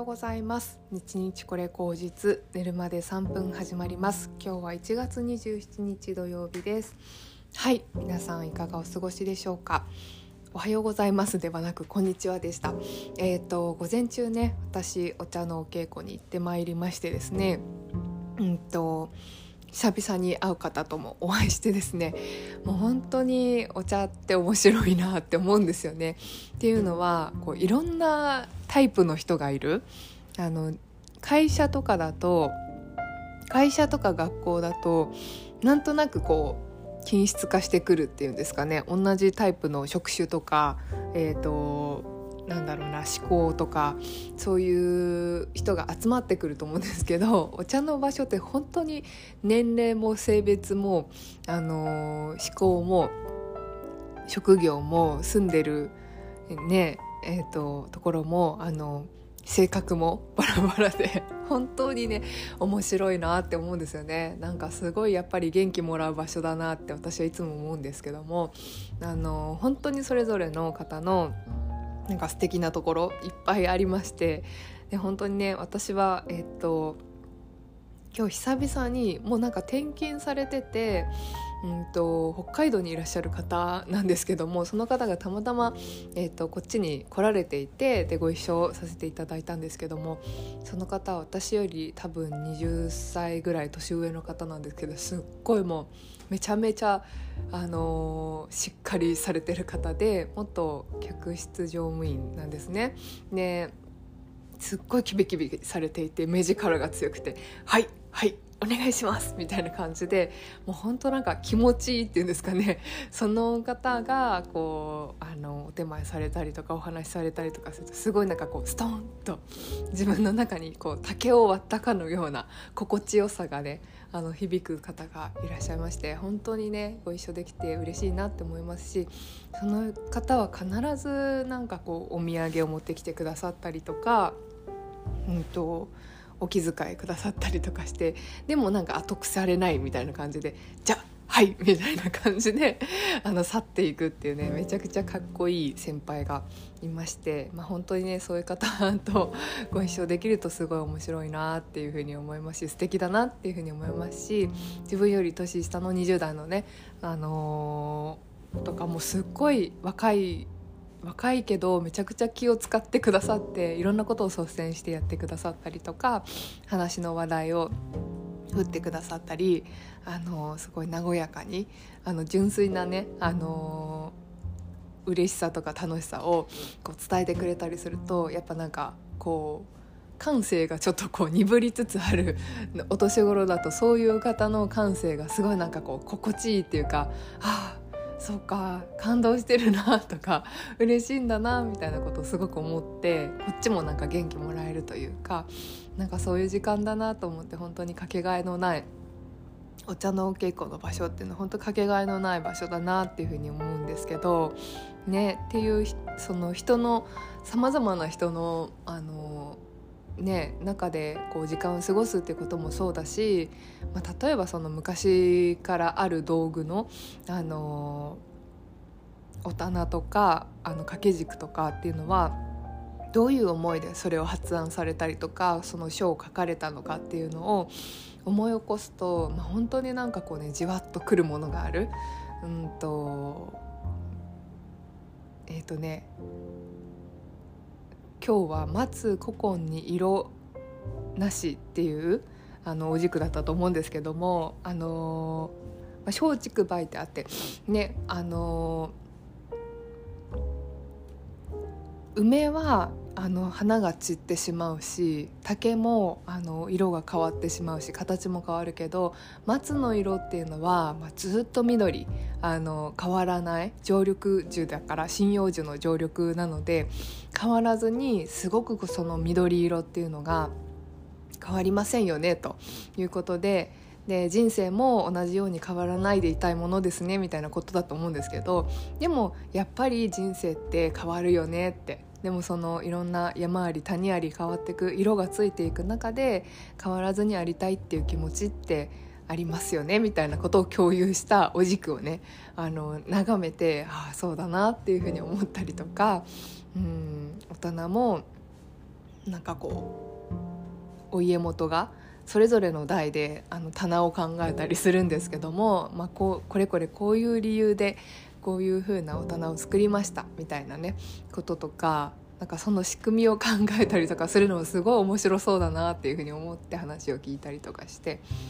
ようございます。日日これ口実、寝るまで3分始まります。今日は1月27日土曜日です。はい、皆さんいかがお過ごしでしょうか。おはようございますではなくこんにちはでした。午前中ね、私お茶のお稽古に行ってまいりましてですね、久々に会う方ともお会いしてですね、もう本当にお茶って面白いなって思うんですよね。っていうのはいろんなタイプの人がいる。会社とか学校だとなんとなく均質化してくるっていうんですかね。同じタイプの職種とか思考とかそういう人が集まってくると思うんですけど、お茶の場所って本当に年齢も性別も思考も職業も住んでるねところも性格もバラバラで本当にね面白いなって思うんですよね。なんかすごいやっぱり元気もらう場所だなって私はいつも思うんですけども、本当にそれぞれの方のなんか素敵なところいっぱいありまして、で本当にね私は今日久々にもうなんか転勤されてて北海道にいらっしゃる方なんですけども、その方がたまたま、こっちに来られていて、でご一緒させていただいたんですけども、その方は私より多分20歳ぐらい年上の方なんですけど、すっごいもうめちゃめちゃ、しっかりされてる方で、元客室乗務員なんですね。ですっごいキビキビされていて、目力が強くて、はいお願いしますみたいな感じで、もう本当なんか気持ちいいっていうんですかね。その方がお手前されたりとかお話しされたりとかすると、すごいなんかストンと自分の中に竹を割ったかのような心地よさがね響く方がいらっしゃいまして、本当にねご一緒できて嬉しいなって思いますし、その方は必ずなんかお土産を持ってきてくださったりとか、お気遣いくださったりとかして、でもなんか後腐れないみたいな感じで、じゃあはいみたいな感じで去っていくっていうね、めちゃくちゃかっこいい先輩がいまして、本当にねそういう方とご一緒できるとすごい面白いなっていうふうに思いますし、素敵だなっていうふうに思いますし、自分より年下の20代のねとかもすっごい若いけどめちゃくちゃ気を使ってくださって、いろんなことを率先してやってくださったりとか、話の話題を振ってくださったり、すごい和やかに純粋なね嬉しさとか楽しさを伝えてくれたりすると、やっぱなんか感性がちょっと鈍りつつあるお年頃だと、そういう方の感性がすごいなんか心地いいっていうか、そうか感動してるなとか嬉しいんだなみたいなことをすごく思って、こっちもなんか元気もらえるというか、なんかそういう時間だなと思って、本当にかけがえのないお茶のお稽古の場所っていうのは本当かけがえのない場所だなっていうふうに思うんですけどね。っていうその人のさまざまな人の中で時間を過ごすっていうこともそうだし、例えばその昔からある道具のお棚とか掛け軸とかっていうのはどういう思いでそれを発案されたりとか、その書を書かれたのかっていうのを思い起こすと、本当になんかじわっとくるものがある。今日は松古今に色なしっていうお軸だったと思うんですけども、松竹梅ってあってね、梅は花が散ってしまうし、竹も色が変わってしまうし形も変わるけど、松の色っていうのは、ずっと緑変わらない常緑樹だから、針葉樹の常緑なので変わらずに、すごくその緑色っていうのが変わりませんよねということで、人生も同じように変わらないでいたいものですねみたいなことだと思うんですけど、でもやっぱり人生って変わるよねって。でもそのいろんな山あり谷あり変わっていく、色がついていく中で変わらずにありたいっていう気持ちってありますよねみたいなことを共有したお軸をね眺めて、そうだなっていうふうに思ったりとか、大人もなんかこうお家元がそれぞれの代で棚を考えたりするんですけども、これこういう理由でこういう風なお棚を作りましたみたいなねこととか、なんかその仕組みを考えたりとかするのもすごい面白そうだなっていう風に思って話を聞いたりとかして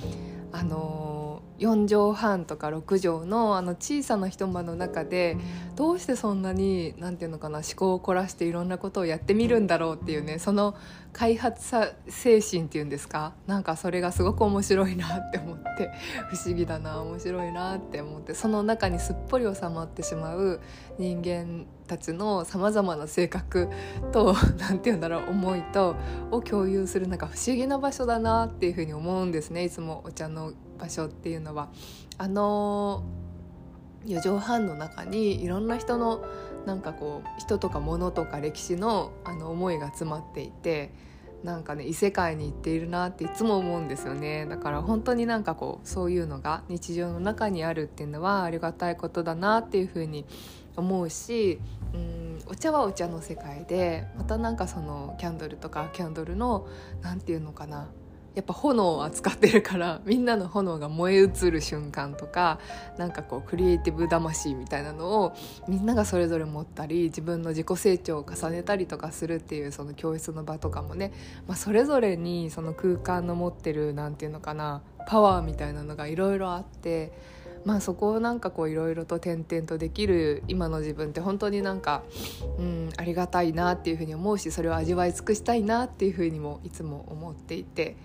、4畳半とか6畳の小さな一間の中でどうしてそんなになんていうのかな、思考を凝らしていろんなことをやってみるんだろうっていうね、その開発精神っていうんですか、なんかそれがすごく面白いなって思って、不思議だな、面白いなって思って、その中にすっぽり収まってしまう人間たちのさまざまな性格となんていうんだろう、思いとを共有する、なんか不思議な場所だなっていうふうに思うんですね、いつもお茶の場所っていうのは。4畳半の中にいろんな人のなんかこう人とか物とか歴史の思いが詰まっていて、なんかね異世界に行っているなっていつも思うんですよね。だから本当になんかこうそういうのが日常の中にあるっていうのはありがたいことだなっていうふうに思うし、お茶はお茶の世界で、またなんかそのキャンドルとかキャンドルのなんていうのかな、やっぱ炎を扱ってるからみんなの炎が燃え移る瞬間とか、なんかこうクリエイティブ魂みたいなのをみんながそれぞれ持ったり、自分の自己成長を重ねたりとかするっていうその教室の場とかもね、それぞれにその空間の持ってるなんていうのかな、パワーみたいなのがいろいろあって、そこをなんかこういろいろと点々とできる今の自分って本当になんか、ありがたいなっていうふうに思うし、それを味わい尽くしたいなっていうふうにもいつも思っていて、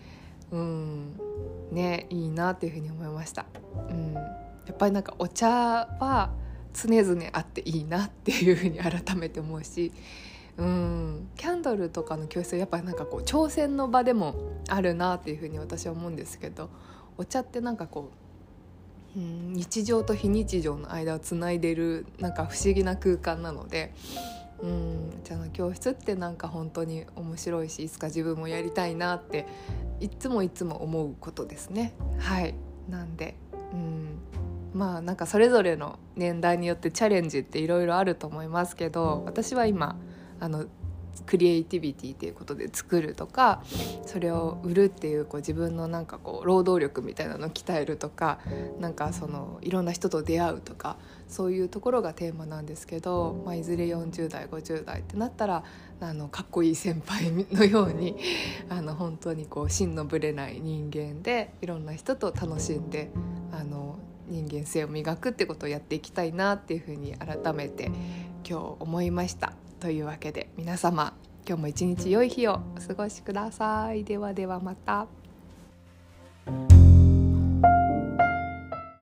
ね、いいなっていうふうに思いました。やっぱりなんかお茶は常々あっていいなっていうふうに改めて思うし、キャンドルとかの教室はやっぱりなんかこう挑戦の場でもあるなっていうふうに私は思うんですけど、お茶ってなんかこう日常と非日常の間をつないでるなんか不思議な空間なので、お茶の教室ってなんか本当に面白いし、いつか自分もやりたいなっていつも思うことですね。はい、なんでなんかそれぞれの年代によってチャレンジっていろいろあると思いますけど、私は今クリエイティビティっていうことで作るとか、それを売るっていう自分のなんかこう労働力みたいなのを鍛えるとか、なんかそのいろんな人と出会うとか、そういうところがテーマなんですけど、いずれ40代50代ってなったらかっこいい先輩のように本当にこう芯のぶれない人間でいろんな人と楽しんで人間性を磨くってことをやっていきたいなっていうふうに改めて今日思いました。というわけで皆様、今日も一日良い日をお過ごしください。ではではまた。